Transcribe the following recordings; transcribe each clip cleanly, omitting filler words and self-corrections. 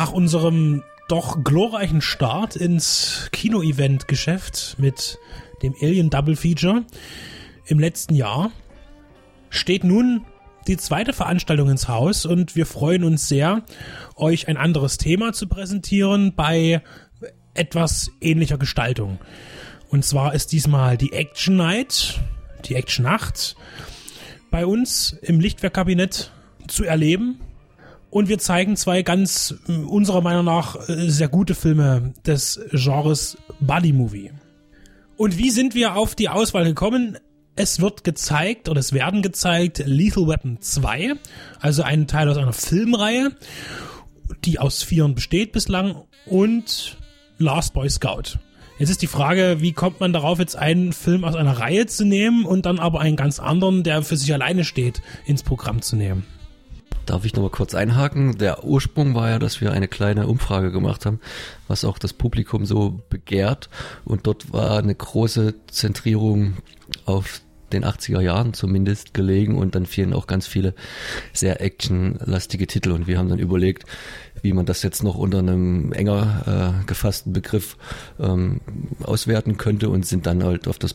Nach unserem doch glorreichen Start ins Kino-Event-Geschäft mit dem Alien Double Feature im letzten Jahr steht nun die zweite Veranstaltung ins Haus und wir freuen uns sehr, euch ein anderes Thema zu präsentieren bei etwas ähnlicher Gestaltung. Und zwar ist diesmal die Action Night, die Action Nacht, bei uns im Lichtwerkkabinett zu erleben. Und wir zeigen zwei ganz, unserer Meinung nach, sehr gute Filme des Genres Buddy Movie. Und wie sind wir auf die Auswahl gekommen? Es wird gezeigt, oder es werden gezeigt, Lethal Weapon 2, also ein Teil aus einer Filmreihe, die aus 4 besteht bislang, und Last Boy Scout. Jetzt ist die Frage, wie kommt man darauf, jetzt einen Film aus einer Reihe zu nehmen und dann aber einen ganz anderen, der für sich alleine steht, ins Programm zu nehmen? Darf ich noch mal kurz einhaken? Der Ursprung war ja, dass wir eine kleine Umfrage gemacht haben, was auch das Publikum so begehrt. Und dort war eine große Zentrierung auf den 80er Jahren zumindest gelegen und dann fielen auch ganz viele sehr actionlastige Titel. Und wir haben dann überlegt, wie man das jetzt noch unter einem enger gefassten Begriff auswerten könnte und sind dann halt auf das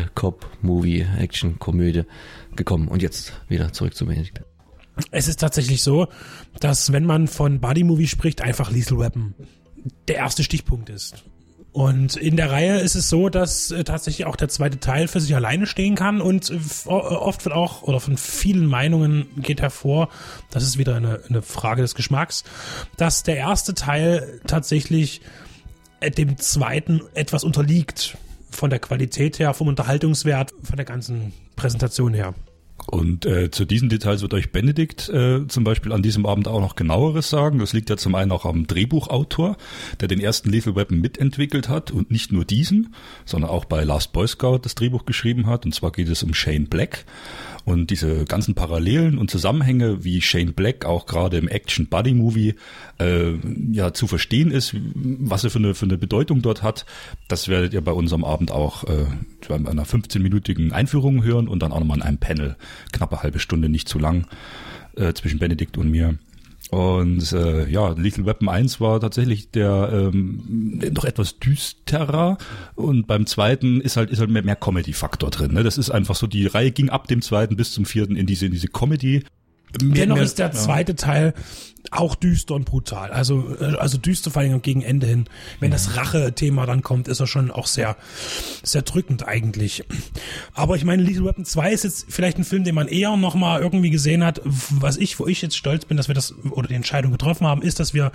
Buddy-Cop-Movie-Action-Komödie gekommen. Und jetzt wieder zurück zu Benedikt. Es ist tatsächlich so, dass wenn man von Buddy-Movie spricht, einfach Lethal Weapon der erste Stichpunkt ist. Und in der Reihe ist es so, dass tatsächlich auch der zweite Teil für sich alleine stehen kann und oft wird auch, oder von vielen Meinungen geht hervor, das ist wieder eine Frage des Geschmacks, dass der erste Teil tatsächlich dem zweiten etwas unterliegt, von der Qualität her, vom Unterhaltungswert, von der ganzen Präsentation her. Und zu diesen Details wird euch Benedikt zum Beispiel an diesem Abend auch noch genaueres sagen. Das liegt ja zum einen auch am Drehbuchautor, der den ersten Lethal Weapon mitentwickelt hat und nicht nur diesen, sondern auch bei Last Boy Scout das Drehbuch geschrieben hat. Und zwar geht es um Shane Black. Und diese ganzen Parallelen und Zusammenhänge, wie Shane Black auch gerade im Action-Buddy-Movie ja zu verstehen ist, was er für eine Bedeutung dort hat, das werdet ihr bei unserem Abend auch bei einer 15-minütigen Einführung hören und dann auch nochmal in einem Panel, knappe halbe Stunde, nicht zu lang, zwischen Benedikt und mir. Und Lethal Weapon 1 war tatsächlich der noch etwas düsterer und beim zweiten ist halt mehr Comedy-Faktor drin. Ne? Das ist einfach so, die Reihe ging ab dem zweiten bis zum 4. in diese Comedy. Dennoch ist der zweite Teil auch düster und brutal. Also düster vor allem gegen Ende hin. Wenn das Rache-Thema dann kommt, ist er schon auch sehr, sehr drückend eigentlich. Aber ich meine, Lethal Weapon 2 ist jetzt vielleicht ein Film, den man eher nochmal irgendwie gesehen hat. Wo ich jetzt stolz bin, dass wir das, oder die Entscheidung getroffen haben, ist, dass wir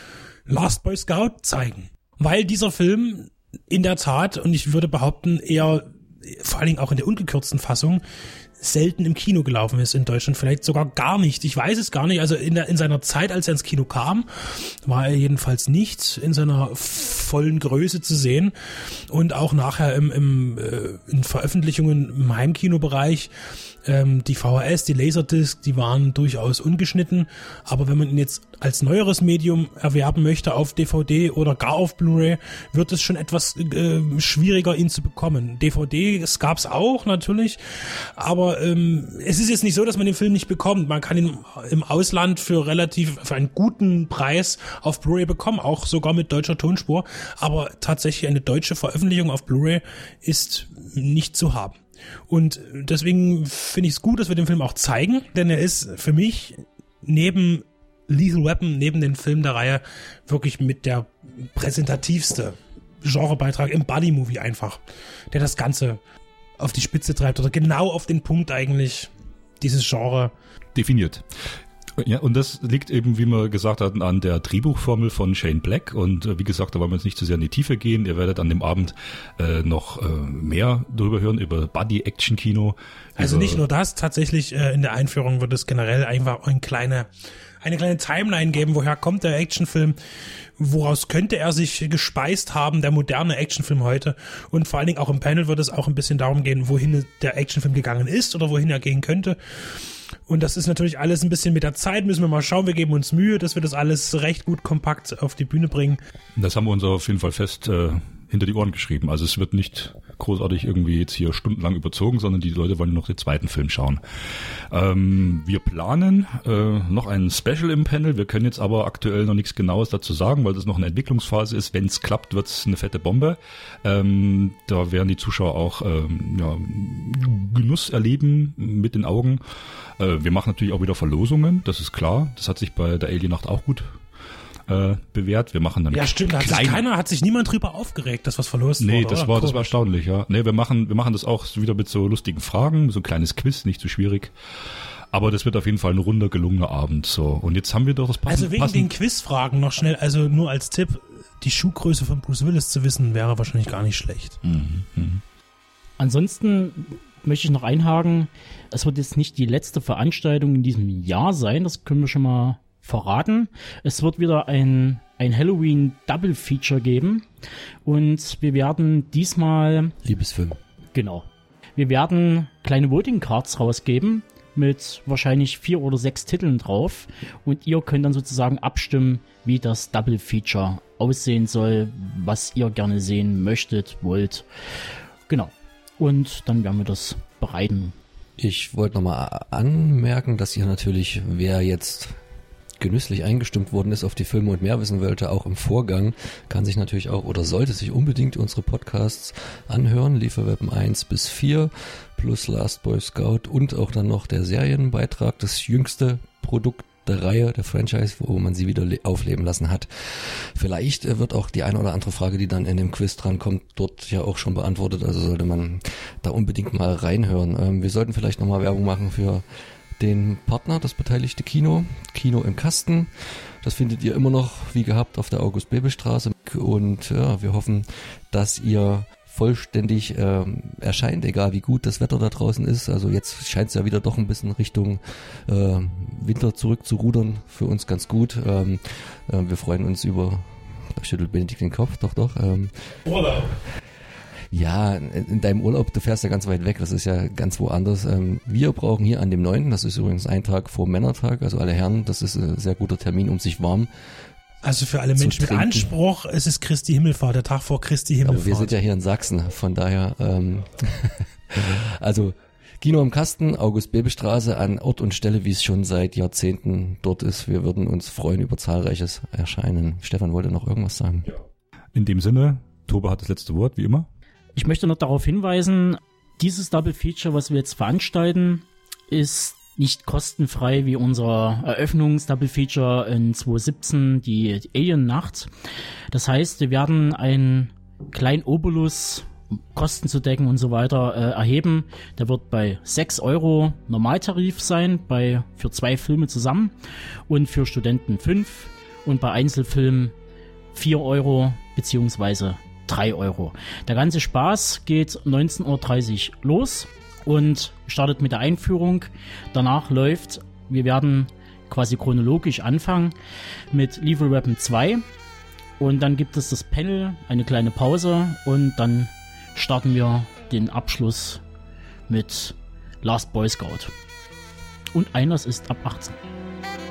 Last Boy Scout zeigen. Weil dieser Film in der Tat, und ich würde behaupten, eher, vor allen Dingen auch in der ungekürzten Fassung, selten im Kino gelaufen ist in Deutschland, vielleicht sogar gar nicht. Ich weiß es gar nicht. Also in seiner Zeit, als er ins Kino kam, war er jedenfalls nicht in seiner vollen Größe zu sehen. Und auch nachher in Veröffentlichungen im Heimkinobereich, die VHS, die Laserdisc, die waren durchaus ungeschnitten. Aber wenn man ihn jetzt als neueres Medium erwerben möchte auf DVD oder gar auf Blu-ray, wird es schon etwas schwieriger, ihn zu bekommen. DVD, es gab's auch natürlich, aber es ist jetzt nicht so, dass man den Film nicht bekommt. Man kann ihn im Ausland für einen guten Preis auf Blu-ray bekommen, auch sogar mit deutscher Tonspur. Aber tatsächlich eine deutsche Veröffentlichung auf Blu-ray ist nicht zu haben. Und deswegen finde ich es gut, dass wir den Film auch zeigen, denn er ist für mich neben Lethal Weapon, neben den Filmen der Reihe, wirklich mit der präsentativste Genrebeitrag im Buddy-Movie einfach, der das Ganze auf die Spitze treibt oder genau auf den Punkt eigentlich dieses Genre definiert. Ja, und das liegt eben, wie wir gesagt hatten, an der Drehbuchformel von Shane Black und wie gesagt, da wollen wir jetzt nicht zu sehr in die Tiefe gehen. Ihr werdet an dem Abend noch mehr darüber hören, über Buddy-Action-Kino. Also nicht nur das, tatsächlich in der Einführung wird es generell einfach eine kleine Timeline geben, woher kommt der Actionfilm, woraus könnte er sich gespeist haben, der moderne Actionfilm heute, und vor allen Dingen auch im Panel wird es auch ein bisschen darum gehen, wohin der Actionfilm gegangen ist oder wohin er gehen könnte. Und das ist natürlich alles ein bisschen mit der Zeit, müssen wir mal schauen, wir geben uns Mühe, dass wir das alles recht gut kompakt auf die Bühne bringen. Das haben wir uns auf jeden Fall fest hinter die Ohren geschrieben. Also es wird nicht großartig irgendwie jetzt hier stundenlang überzogen, sondern die Leute wollen noch den zweiten Film schauen. Wir planen noch ein Special im Panel. Wir können jetzt aber aktuell noch nichts Genaues dazu sagen, weil das noch eine Entwicklungsphase ist. Wenn es klappt, wird es eine fette Bombe. Da werden die Zuschauer auch Genuss erleben mit den Augen. Wir machen natürlich auch wieder Verlosungen, das ist klar. Das hat sich bei der Alien-Nacht auch gut bewährt. Wir machen dann stimmt, hat sich niemand drüber aufgeregt, dass was verlost wurde. Nee, das war erstaunlich, ja. Nee, wir machen das auch wieder mit so lustigen Fragen, so ein kleines Quiz, nicht zu schwierig. Aber das wird auf jeden Fall ein runder, gelungener Abend, so. Und jetzt haben wir doch was passendes. Also wegen den Quizfragen noch schnell, also nur als Tipp, die Schuhgröße von Bruce Willis zu wissen, wäre wahrscheinlich gar nicht schlecht. Ansonsten möchte ich noch einhaken, es wird jetzt nicht die letzte Veranstaltung in diesem Jahr sein, das können wir schon mal verraten. Es wird wieder ein Halloween Double Feature geben und wir werden diesmal Liebesfilm. Genau. Wir werden kleine Voting Cards rausgeben mit wahrscheinlich 4 oder 6 Titeln drauf und ihr könnt dann sozusagen abstimmen, wie das Double Feature aussehen soll, was ihr gerne sehen möchtet, wollt. Genau. Und dann werden wir das bereiten. Ich wollte nochmal anmerken, dass ihr natürlich, wer jetzt genüsslich eingestimmt worden ist auf die Filme und mehr wissen wollte, auch im Vorgang, kann sich natürlich auch oder sollte sich unbedingt unsere Podcasts anhören, Lieferweapon 1 bis 4 plus Last Boy Scout und auch dann noch der Serienbeitrag, das jüngste Produkt der Reihe, der Franchise, wo man sie wieder aufleben lassen hat. Vielleicht wird auch die eine oder andere Frage, die dann in dem Quiz drankommt, dort ja auch schon beantwortet, also sollte man da unbedingt mal reinhören. Wir sollten vielleicht nochmal Werbung machen für den Partner, das beteiligte Kino im Kasten. Das findet ihr immer noch, wie gehabt, auf der August-Bebel-Straße. Und ja, wir hoffen, dass ihr vollständig erscheint, egal wie gut das Wetter da draußen ist. Also jetzt scheint es ja wieder doch ein bisschen Richtung Winter zurückzurudern. Für uns ganz gut. Wir freuen uns über, da schüttelt Benedikt den Kopf, doch. Urlaub. Ja, in deinem Urlaub, du fährst ja ganz weit weg, das ist ja ganz woanders. Wir brauchen hier an dem 9., das ist übrigens ein Tag vor Männertag, also alle Herren, das ist ein sehr guter Termin, um sich warm Also für alle Menschen mit Anspruch, es ist Christi Himmelfahrt, der Tag vor Christi Himmelfahrt. Aber wir sind ja hier in Sachsen, von daher, also Kino im Kasten, August-Bebel-Straße, an Ort und Stelle, wie es schon seit Jahrzehnten dort ist. Wir würden uns freuen über zahlreiches Erscheinen. Stefan wollte noch irgendwas sagen. Ja. In dem Sinne, Tobe hat das letzte Wort, wie immer. Ich möchte noch darauf hinweisen, dieses Double Feature, was wir jetzt veranstalten, ist nicht kostenfrei wie unser Eröffnungs-Double Feature in 2017, die Alien-Nacht. Das heißt, wir werden einen kleinen Obolus, um Kosten zu decken und so weiter, erheben. Der wird bei 6 € Normaltarif sein, für 2 Filme zusammen und für Studenten 5 und bei Einzelfilmen 4 € beziehungsweise 3 €. Der ganze Spaß geht 19:30 Uhr los und startet mit der Einführung. Danach wir werden quasi chronologisch anfangen mit Lethal Weapon 2 und dann gibt es das Panel, eine kleine Pause und dann starten wir den Abschluss mit Last Boy Scout. Und eines ist ab 18.